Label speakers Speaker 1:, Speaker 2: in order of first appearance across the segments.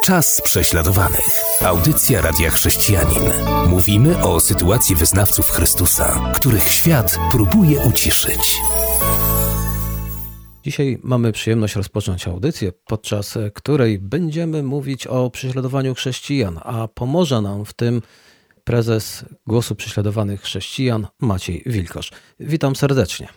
Speaker 1: Czas prześladowanych. Audycja Radia Chrześcijanin. Mówimy o sytuacji wyznawców Chrystusa, których świat próbuje uciszyć.
Speaker 2: Dzisiaj mamy przyjemność rozpocząć audycję, podczas której będziemy mówić o prześladowaniu chrześcijan, a pomoże nam w tym prezes Głosu Prześladowanych Chrześcijan Maciej Wilkosz. Witam serdecznie.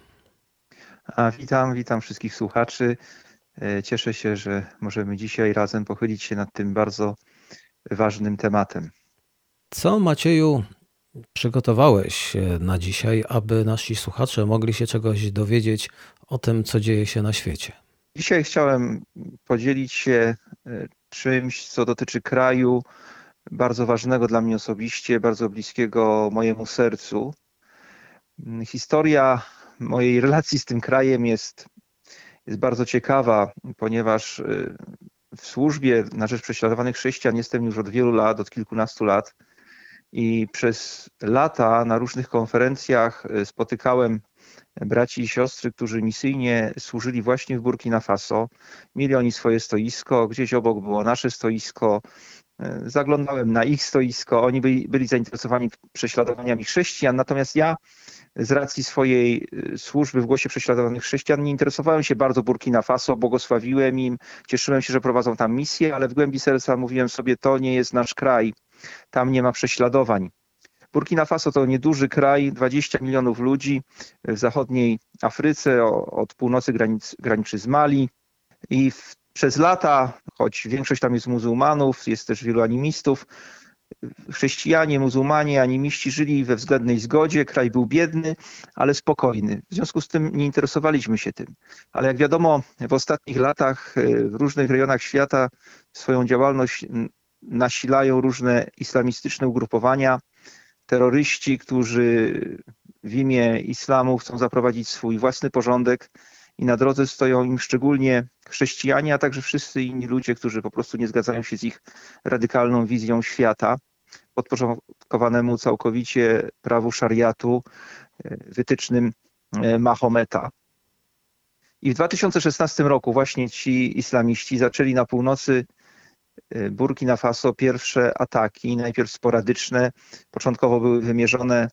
Speaker 3: Witam wszystkich słuchaczy. Cieszę się, że możemy dzisiaj razem pochylić się nad tym bardzo ważnym tematem.
Speaker 2: Co, Macieju, przygotowałeś na dzisiaj, aby nasi słuchacze mogli się czegoś dowiedzieć o tym, co dzieje się na świecie?
Speaker 3: Dzisiaj chciałem podzielić się czymś, co dotyczy kraju bardzo ważnego dla mnie osobiście, bardzo bliskiego mojemu sercu. Historia mojej relacji z tym krajem jest bardzo ciekawa, ponieważ w służbie na rzecz prześladowanych chrześcijan jestem już od wielu lat, od kilkunastu lat i przez lata na różnych konferencjach spotykałem braci i siostry, którzy misyjnie służyli właśnie w Burkina Faso. Mieli oni swoje stoisko, gdzieś obok było nasze stoisko. Zaglądałem na ich stoisko, oni byli zainteresowani prześladowaniami chrześcijan, natomiast ja z racji swojej służby w Głosie Prześladowanych Chrześcijan nie interesowałem się bardzo Burkina Faso, błogosławiłem im, cieszyłem się, że prowadzą tam misję, ale w głębi serca mówiłem sobie, to nie jest nasz kraj, tam nie ma prześladowań. Burkina Faso to nieduży kraj, 20 milionów ludzi w zachodniej Afryce, od północy graniczy z Mali i przez lata, choć większość tam jest muzułmanów, jest też wielu animistów, chrześcijanie, muzułmanie, animiści żyli we względnej zgodzie, kraj był biedny, ale spokojny. W związku z tym nie interesowaliśmy się tym. Ale jak wiadomo, w ostatnich latach w różnych rejonach świata swoją działalność nasilają różne islamistyczne ugrupowania, terroryści, którzy w imię islamu chcą zaprowadzić swój własny porządek i na drodze stoją im szczególnie chrześcijanie, a także wszyscy inni ludzie, którzy po prostu nie zgadzają się z ich radykalną wizją świata, podporządkowanemu całkowicie prawu szariatu, wytycznym Mahometa. I w 2016 roku właśnie ci islamiści zaczęli na północy Burkina Faso pierwsze ataki, najpierw sporadyczne, początkowo były wymierzone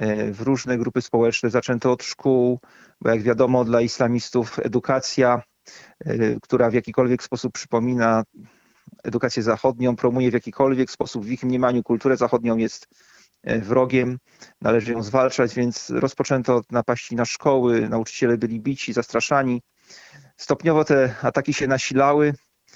Speaker 3: w różne grupy społeczne, zaczęto od szkół, bo jak wiadomo dla islamistów edukacja, która w jakikolwiek sposób przypomina edukację zachodnią, promuje w jakikolwiek sposób w ich mniemaniu kulturę zachodnią jest wrogiem, należy ją zwalczać, więc rozpoczęto od napaści na szkoły, nauczyciele byli bici, zastraszani. Stopniowo te ataki się nasilały,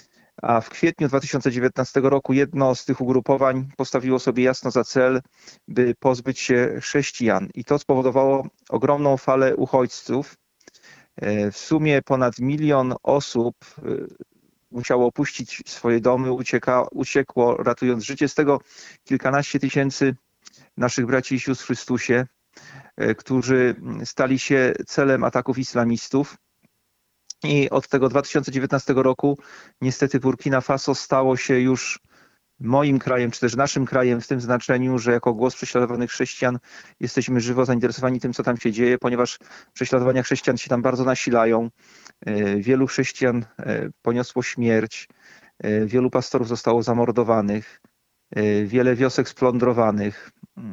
Speaker 3: a w kwietniu 2019 roku jedno z tych ugrupowań postawiło sobie jasno za cel, by pozbyć się chrześcijan. I to spowodowało ogromną falę uchodźców. W sumie ponad 1 milion osób musiało opuścić swoje domy, uciekło ratując życie. Z tego kilkanaście tysięcy naszych braci i sióstr w Chrystusie, którzy stali się celem ataków islamistów. I od tego 2019 roku niestety Burkina Faso stało się już moim krajem, czy też naszym krajem w tym znaczeniu, że jako Głos Prześladowanych Chrześcijan jesteśmy żywo zainteresowani tym, co tam się dzieje, ponieważ prześladowania chrześcijan się tam bardzo nasilają. Wielu chrześcijan poniosło śmierć, wielu pastorów zostało zamordowanych, wiele wiosek splądrowanych,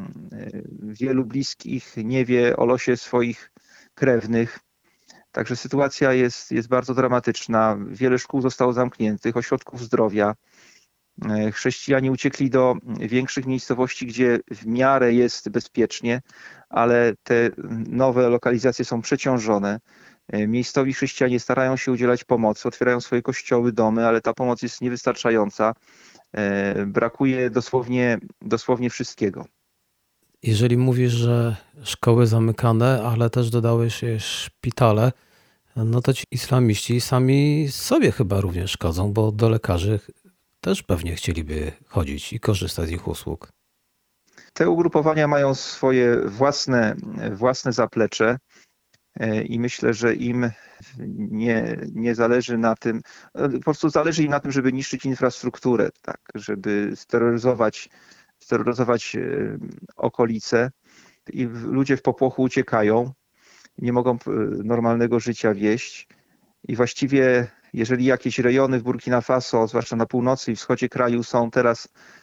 Speaker 3: wielu bliskich nie wie o losie swoich krewnych. Także sytuacja jest bardzo dramatyczna. Wiele szkół zostało zamkniętych, ośrodków zdrowia. Chrześcijanie uciekli do większych miejscowości, gdzie w miarę jest bezpiecznie, ale te nowe lokalizacje są przeciążone. Miejscowi chrześcijanie starają się udzielać pomocy, otwierają swoje kościoły, domy, ale ta pomoc jest niewystarczająca. Brakuje dosłownie wszystkiego.
Speaker 2: Jeżeli mówisz, że szkoły zamykane, ale też dodałeś szpitale, no to ci islamiści sami sobie chyba również szkodzą, bo do lekarzy też pewnie chcieliby chodzić i korzystać z ich usług.
Speaker 3: Te ugrupowania mają swoje własne zaplecze i myślę, że im nie zależy na tym, po prostu zależy im na tym, żeby niszczyć infrastrukturę, tak, żeby steroryzować okolice i ludzie w popłochu uciekają, nie mogą normalnego życia wieść i właściwie Jeżeli jakieś rejony w Burkina Faso, zwłaszcza na północy i wschodzie kraju, są teraz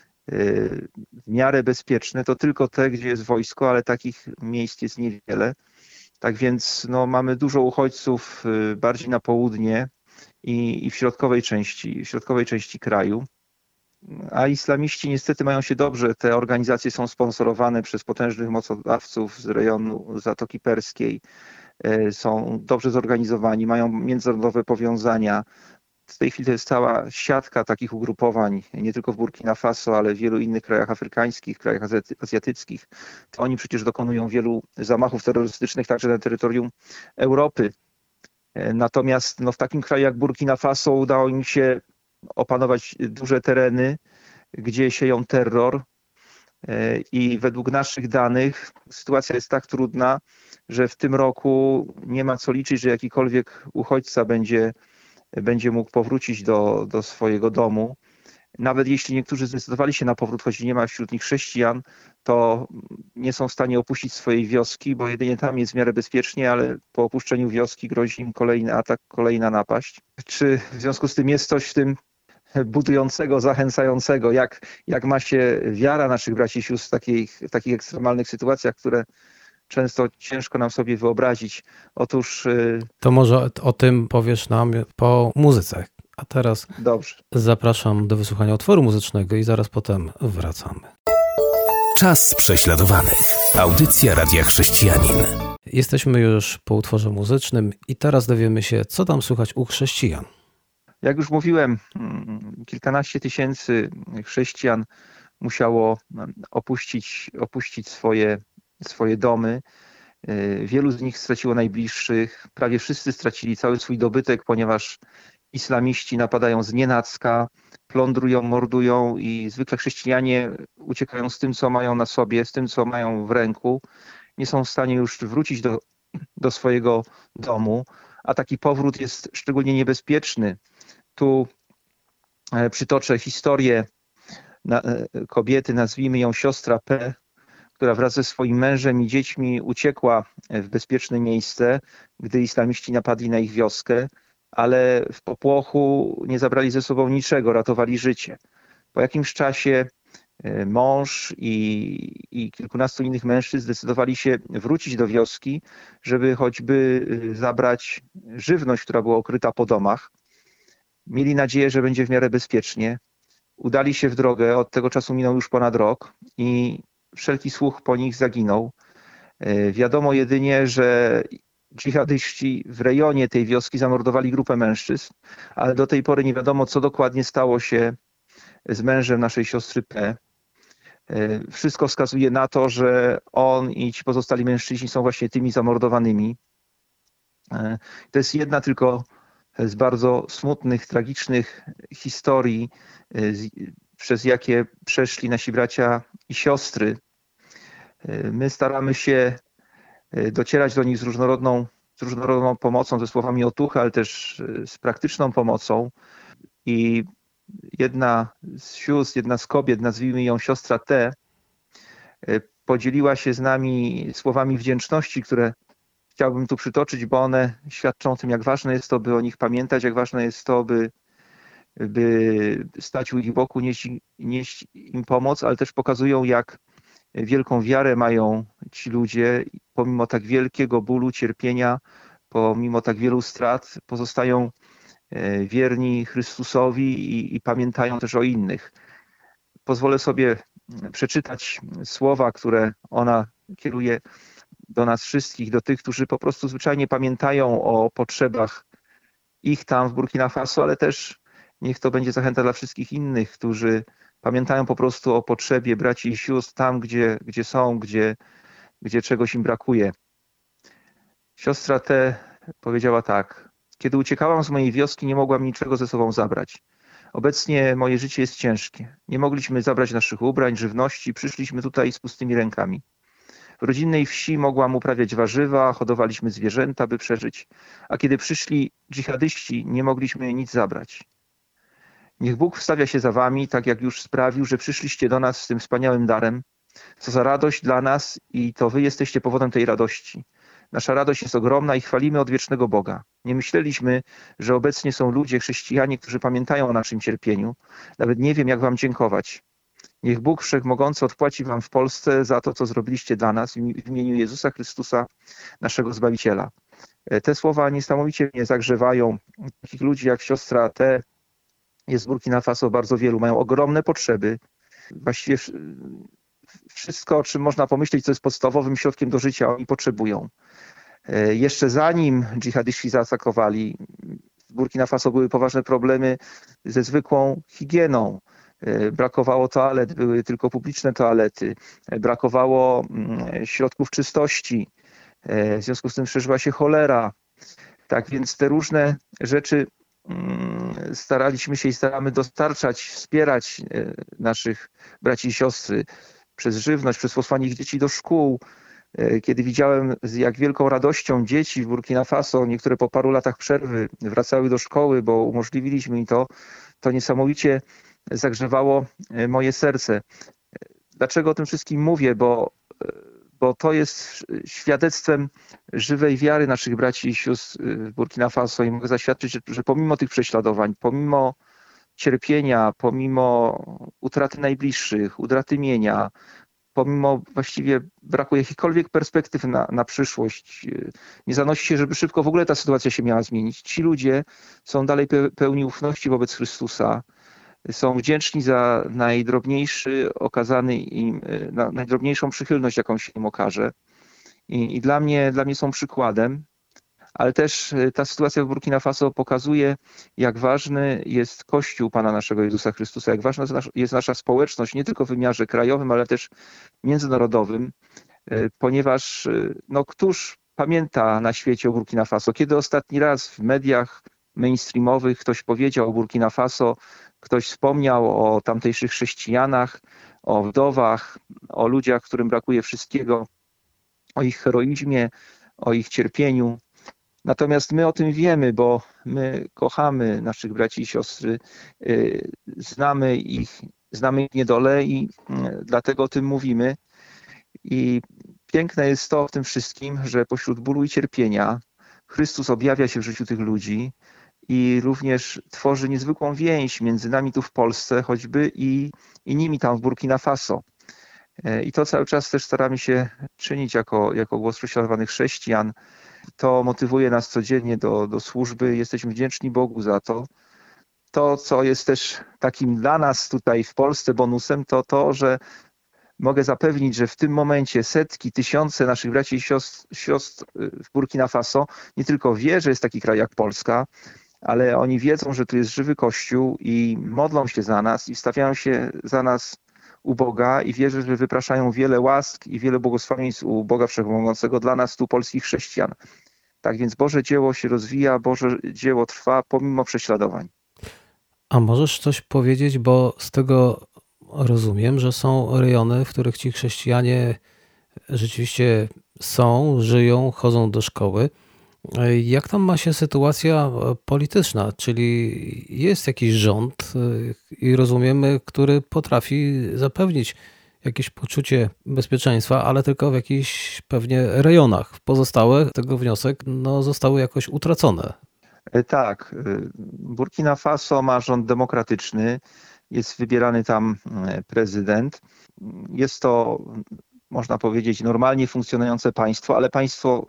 Speaker 3: w miarę bezpieczne, to tylko te, gdzie jest wojsko, ale takich miejsc jest niewiele. Tak więc mamy dużo uchodźców bardziej na południe i w środkowej części kraju. A islamiści niestety mają się dobrze. Te organizacje są sponsorowane przez potężnych mocodawców z rejonu Zatoki Perskiej. Są dobrze zorganizowani, mają międzynarodowe powiązania. W tej chwili to jest cała siatka takich ugrupowań, nie tylko w Burkina Faso, ale w wielu innych krajach afrykańskich, krajach azjatyckich. To oni przecież dokonują wielu zamachów terrorystycznych także na terytorium Europy. Natomiast w takim kraju jak Burkina Faso udało im się opanować duże tereny, gdzie sieją terror i według naszych danych sytuacja jest tak trudna, że w tym roku nie ma co liczyć, że jakikolwiek uchodźca będzie mógł powrócić do swojego domu. Nawet jeśli niektórzy zdecydowali się na powrót, choć nie ma wśród nich chrześcijan, to nie są w stanie opuścić swojej wioski, bo jedynie tam jest w miarę bezpiecznie, ale po opuszczeniu wioski grozi im kolejny atak, kolejna napaść. Czy w związku z tym jest coś w tym budującego, zachęcającego, jak ma się wiara naszych braci i sióstr w takich ekstremalnych sytuacjach, które często ciężko nam sobie wyobrazić. Otóż...
Speaker 2: To może o tym powiesz nam po muzyce. A teraz
Speaker 3: Dobrze.
Speaker 2: Zapraszam do wysłuchania utworu muzycznego i zaraz potem wracamy.
Speaker 1: Czas prześladowanych. Audycja Radia Chrześcijanin.
Speaker 2: Jesteśmy już po utworze muzycznym i teraz dowiemy się, co tam słychać u chrześcijan.
Speaker 3: Jak już mówiłem, kilkanaście tysięcy chrześcijan musiało opuścić swoje domy. Wielu z nich straciło najbliższych. Prawie wszyscy stracili cały swój dobytek, ponieważ islamiści napadają znienacka, plądrują, mordują i zwykle chrześcijanie uciekają z tym, co mają na sobie, z tym, co mają w ręku. Nie są w stanie już wrócić do swojego domu, a taki powrót jest szczególnie niebezpieczny. Tu przytoczę historię kobiety, nazwijmy ją siostra P., która wraz ze swoim mężem i dziećmi uciekła w bezpieczne miejsce, gdy islamiści napadli na ich wioskę, ale w popłochu nie zabrali ze sobą niczego, ratowali życie. Po jakimś czasie mąż i kilkunastu innych mężczyzn zdecydowali się wrócić do wioski, żeby choćby zabrać żywność, która była ukryta po domach. Mieli nadzieję, że będzie w miarę bezpiecznie. Udali się w drogę, od tego czasu minął już ponad rok i wszelki słuch po nich zaginął. Wiadomo jedynie, że dżihadyści w rejonie tej wioski zamordowali grupę mężczyzn, ale do tej pory nie wiadomo, co dokładnie stało się z mężem naszej siostry P. Wszystko wskazuje na to, że on i ci pozostali mężczyźni są właśnie tymi zamordowanymi. To jest jedna tylko z bardzo smutnych, tragicznych historii, przez jakie przeszli nasi bracia i siostry. My staramy się docierać do nich z różnorodną pomocą, ze słowami otuchy, ale też z praktyczną pomocą. I jedna z sióstr, jedna z kobiet, nazwijmy ją siostra T., podzieliła się z nami słowami wdzięczności, które chciałbym tu przytoczyć, bo one świadczą o tym, jak ważne jest to, by o nich pamiętać, jak ważne jest to, by stać u ich boku, nieść im pomoc, ale też pokazują, jak wielką wiarę mają ci ludzie, pomimo tak wielkiego bólu, cierpienia, pomimo tak wielu strat, pozostają wierni Chrystusowi i pamiętają też o innych. Pozwolę sobie przeczytać słowa, które ona kieruje do nas wszystkich, do tych, którzy po prostu zwyczajnie pamiętają o potrzebach ich tam w Burkina Faso, ale też niech to będzie zachęta dla wszystkich innych, którzy pamiętają po prostu o potrzebie braci i sióstr tam, gdzie są, gdzie czegoś im brakuje. Siostra T. powiedziała tak: kiedy uciekałam z mojej wioski, nie mogłam niczego ze sobą zabrać. Obecnie moje życie jest ciężkie. Nie mogliśmy zabrać naszych ubrań, żywności, przyszliśmy tutaj z pustymi rękami. W rodzinnej wsi mogłam uprawiać warzywa, hodowaliśmy zwierzęta, by przeżyć. A kiedy przyszli dżihadyści, nie mogliśmy nic zabrać. Niech Bóg wstawia się za wami, tak jak już sprawił, że przyszliście do nas z tym wspaniałym darem. Co za radość dla nas i to wy jesteście powodem tej radości. Nasza radość jest ogromna i chwalimy odwiecznego Boga. Nie myśleliśmy, że obecnie są ludzie, chrześcijanie, którzy pamiętają o naszym cierpieniu. Nawet nie wiem, jak wam dziękować. Niech Bóg Wszechmogący odpłaci wam w Polsce za to, co zrobiliście dla nas w imieniu Jezusa Chrystusa, naszego Zbawiciela. Te słowa niesamowicie mnie zagrzewają. Takich ludzi jak siostra T. jest w Burkina Faso bardzo wielu. Mają ogromne potrzeby. Właściwie wszystko, o czym można pomyśleć, co jest podstawowym środkiem do życia, oni potrzebują. Jeszcze zanim dżihadyści zaatakowali, w Burkina Faso były poważne problemy ze zwykłą higieną. Brakowało toalet, były tylko publiczne toalety. Brakowało środków czystości. W związku z tym szerzyła się cholera. Tak więc te różne rzeczy staraliśmy się i staramy dostarczać, wspierać naszych braci i siostry przez żywność, przez posłanie ich dzieci do szkół. Kiedy widziałem, z jak wielką radością dzieci w Burkina Faso, niektóre po paru latach przerwy, wracały do szkoły, bo umożliwiliśmy im to niesamowicie zagrzewało moje serce. Dlaczego o tym wszystkim mówię? Bo to jest świadectwem żywej wiary naszych braci i sióstr w Burkina Faso i mogę zaświadczyć, że pomimo tych prześladowań, pomimo cierpienia, pomimo utraty najbliższych, utraty mienia, pomimo właściwie braku jakichkolwiek perspektyw na przyszłość, nie zanosi się, żeby szybko w ogóle ta sytuacja się miała zmienić. Ci ludzie są dalej pełni ufności wobec Chrystusa, są wdzięczni za najdrobniejszy okazany im, najdrobniejszą przychylność, jaką się im okaże. I dla mnie są przykładem, ale też ta sytuacja w Burkina Faso pokazuje, jak ważny jest Kościół Pana naszego Jezusa Chrystusa, jak ważna jest nasza społeczność, nie tylko w wymiarze krajowym, ale też międzynarodowym, ponieważ któż pamięta na świecie o Burkina Faso? Kiedy ostatni raz w mediach mainstreamowych ktoś powiedział o Burkina Faso, ktoś wspomniał o tamtejszych chrześcijanach, o wdowach, o ludziach, którym brakuje wszystkiego, o ich heroizmie, o ich cierpieniu. Natomiast my o tym wiemy, bo my kochamy naszych braci i siostry, znamy ich niedolę i dlatego o tym mówimy. I piękne jest to w tym wszystkim, że pośród bólu i cierpienia Chrystus objawia się w życiu tych ludzi i również tworzy niezwykłą więź między nami tu w Polsce choćby i nimi tam w Burkina Faso. I to cały czas też staramy się czynić jako głos prześladowanych chrześcijan. To motywuje nas codziennie do służby. Jesteśmy wdzięczni Bogu za to. To, co jest też takim dla nas tutaj w Polsce bonusem, to, że mogę zapewnić, że w tym momencie setki, tysiące naszych braci i siostr w Burkina Faso nie tylko wie, że jest taki kraj jak Polska, ale oni wiedzą, że tu jest żywy Kościół i modlą się za nas i wstawiają się za nas u Boga i wierzę, że wypraszają wiele łask i wiele błogosławieństw u Boga Wszechmogącego dla nas tu polskich chrześcijan. Tak więc Boże dzieło się rozwija, Boże dzieło trwa pomimo prześladowań.
Speaker 2: A możesz coś powiedzieć, bo z tego rozumiem, że są rejony, w których ci chrześcijanie rzeczywiście są, żyją, chodzą do szkoły. Jak tam ma się sytuacja polityczna? Czyli jest jakiś rząd i rozumiemy, który potrafi zapewnić jakieś poczucie bezpieczeństwa, ale tylko w jakichś pewnie rejonach. Pozostałe, tego wniosek, zostały jakoś utracone.
Speaker 3: Tak, Burkina Faso ma rząd demokratyczny, jest wybierany tam prezydent. Jest to, można powiedzieć, normalnie funkcjonujące państwo, ale państwo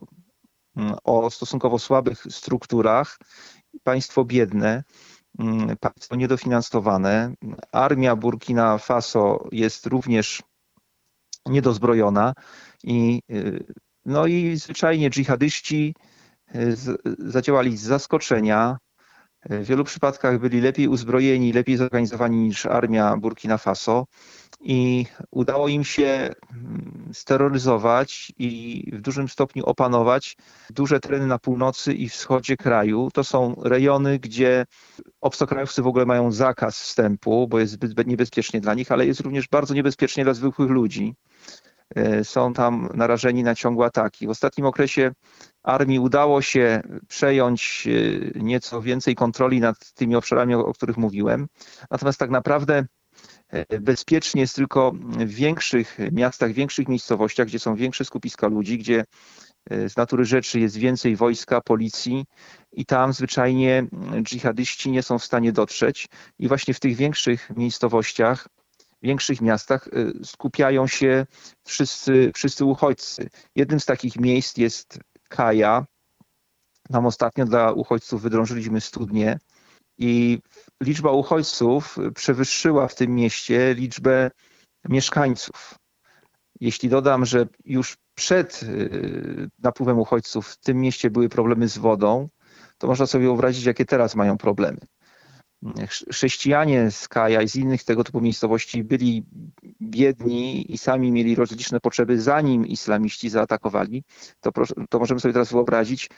Speaker 3: o stosunkowo słabych strukturach, państwo biedne, państwo niedofinansowane. Armia Burkina Faso jest również niedozbrojona i zwyczajnie dżihadyści zadziałali z zaskoczenia. W wielu przypadkach byli lepiej uzbrojeni, lepiej zorganizowani niż armia Burkina Faso i udało im się steroryzować i w dużym stopniu opanować duże tereny na północy i wschodzie kraju. To są rejony, gdzie obcokrajowcy w ogóle mają zakaz wstępu, bo jest zbyt niebezpiecznie dla nich, ale jest również bardzo niebezpiecznie dla zwykłych ludzi. Są tam narażeni na ciągłe ataki. W ostatnim okresie armii udało się przejąć nieco więcej kontroli nad tymi obszarami, o których mówiłem. Natomiast tak naprawdę bezpiecznie jest tylko w większych miastach, większych miejscowościach, gdzie są większe skupiska ludzi, gdzie z natury rzeczy jest więcej wojska, policji i tam zwyczajnie dżihadyści nie są w stanie dotrzeć. I właśnie w tych większych miejscowościach, większych miastach skupiają się wszyscy uchodźcy. Jednym z takich miejsc jest Kaja. Tam ostatnio dla uchodźców wydrążyliśmy studnię i liczba uchodźców przewyższyła w tym mieście liczbę mieszkańców. Jeśli dodam, że już przed napływem uchodźców w tym mieście były problemy z wodą, to można sobie wyobrazić, jakie teraz mają problemy. Chrześcijanie z Kaja i z innych tego typu miejscowości byli biedni i sami mieli rozliczne potrzeby, zanim islamiści zaatakowali. To możemy sobie teraz wyobrazić,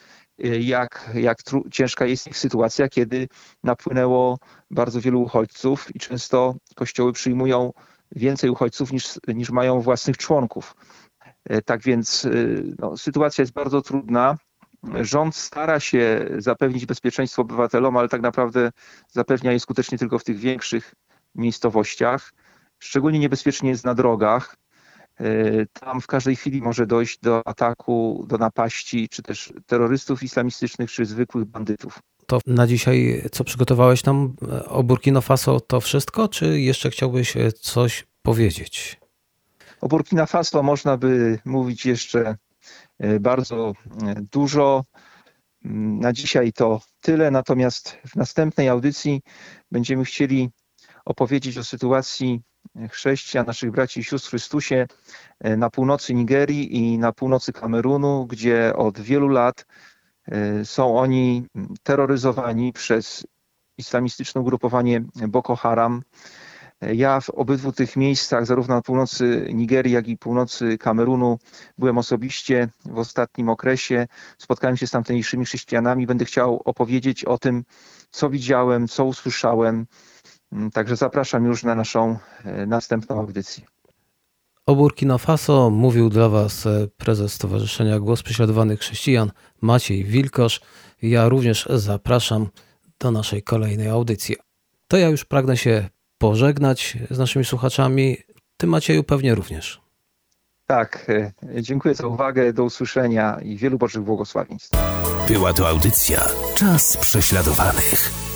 Speaker 3: jak ciężka jest ich sytuacja, kiedy napłynęło bardzo wielu uchodźców i często kościoły przyjmują więcej uchodźców niż mają własnych członków. Tak więc sytuacja jest bardzo trudna. Rząd stara się zapewnić bezpieczeństwo obywatelom, ale tak naprawdę zapewnia je skutecznie tylko w tych większych miejscowościach. Szczególnie niebezpiecznie jest na drogach. Tam w każdej chwili może dojść do ataku, do napaści, czy też terrorystów islamistycznych, czy zwykłych bandytów.
Speaker 2: To na dzisiaj, co przygotowałeś nam o Burkina Faso, to wszystko, czy jeszcze chciałbyś coś powiedzieć?
Speaker 3: O Burkina Faso można by mówić jeszcze bardzo dużo. Na dzisiaj to tyle, natomiast w następnej audycji będziemy chcieli opowiedzieć o sytuacji chrześcijan, naszych braci i sióstr w Chrystusie na północy Nigerii i na północy Kamerunu, gdzie od wielu lat są oni terroryzowani przez islamistyczne ugrupowanie Boko Haram. Ja w obydwu tych miejscach, zarówno na północy Nigerii, jak i północy Kamerunu, byłem osobiście w ostatnim okresie. Spotkałem się z tamtejszymi chrześcijanami. Będę chciał opowiedzieć o tym, co widziałem, co usłyszałem. Także zapraszam już na naszą następną audycję.
Speaker 2: O Burkina Faso mówił dla Was prezes Stowarzyszenia Głos Prześladowanych Chrześcijan Maciej Wilkosz. Ja również zapraszam do naszej kolejnej audycji. To ja już pragnę się pożegnać z naszymi słuchaczami. Ty, Macieju, pewnie również.
Speaker 3: Tak, dziękuję za uwagę, do usłyszenia i wielu Bożych błogosławieństw.
Speaker 1: Była to audycja Czas Prześladowanych.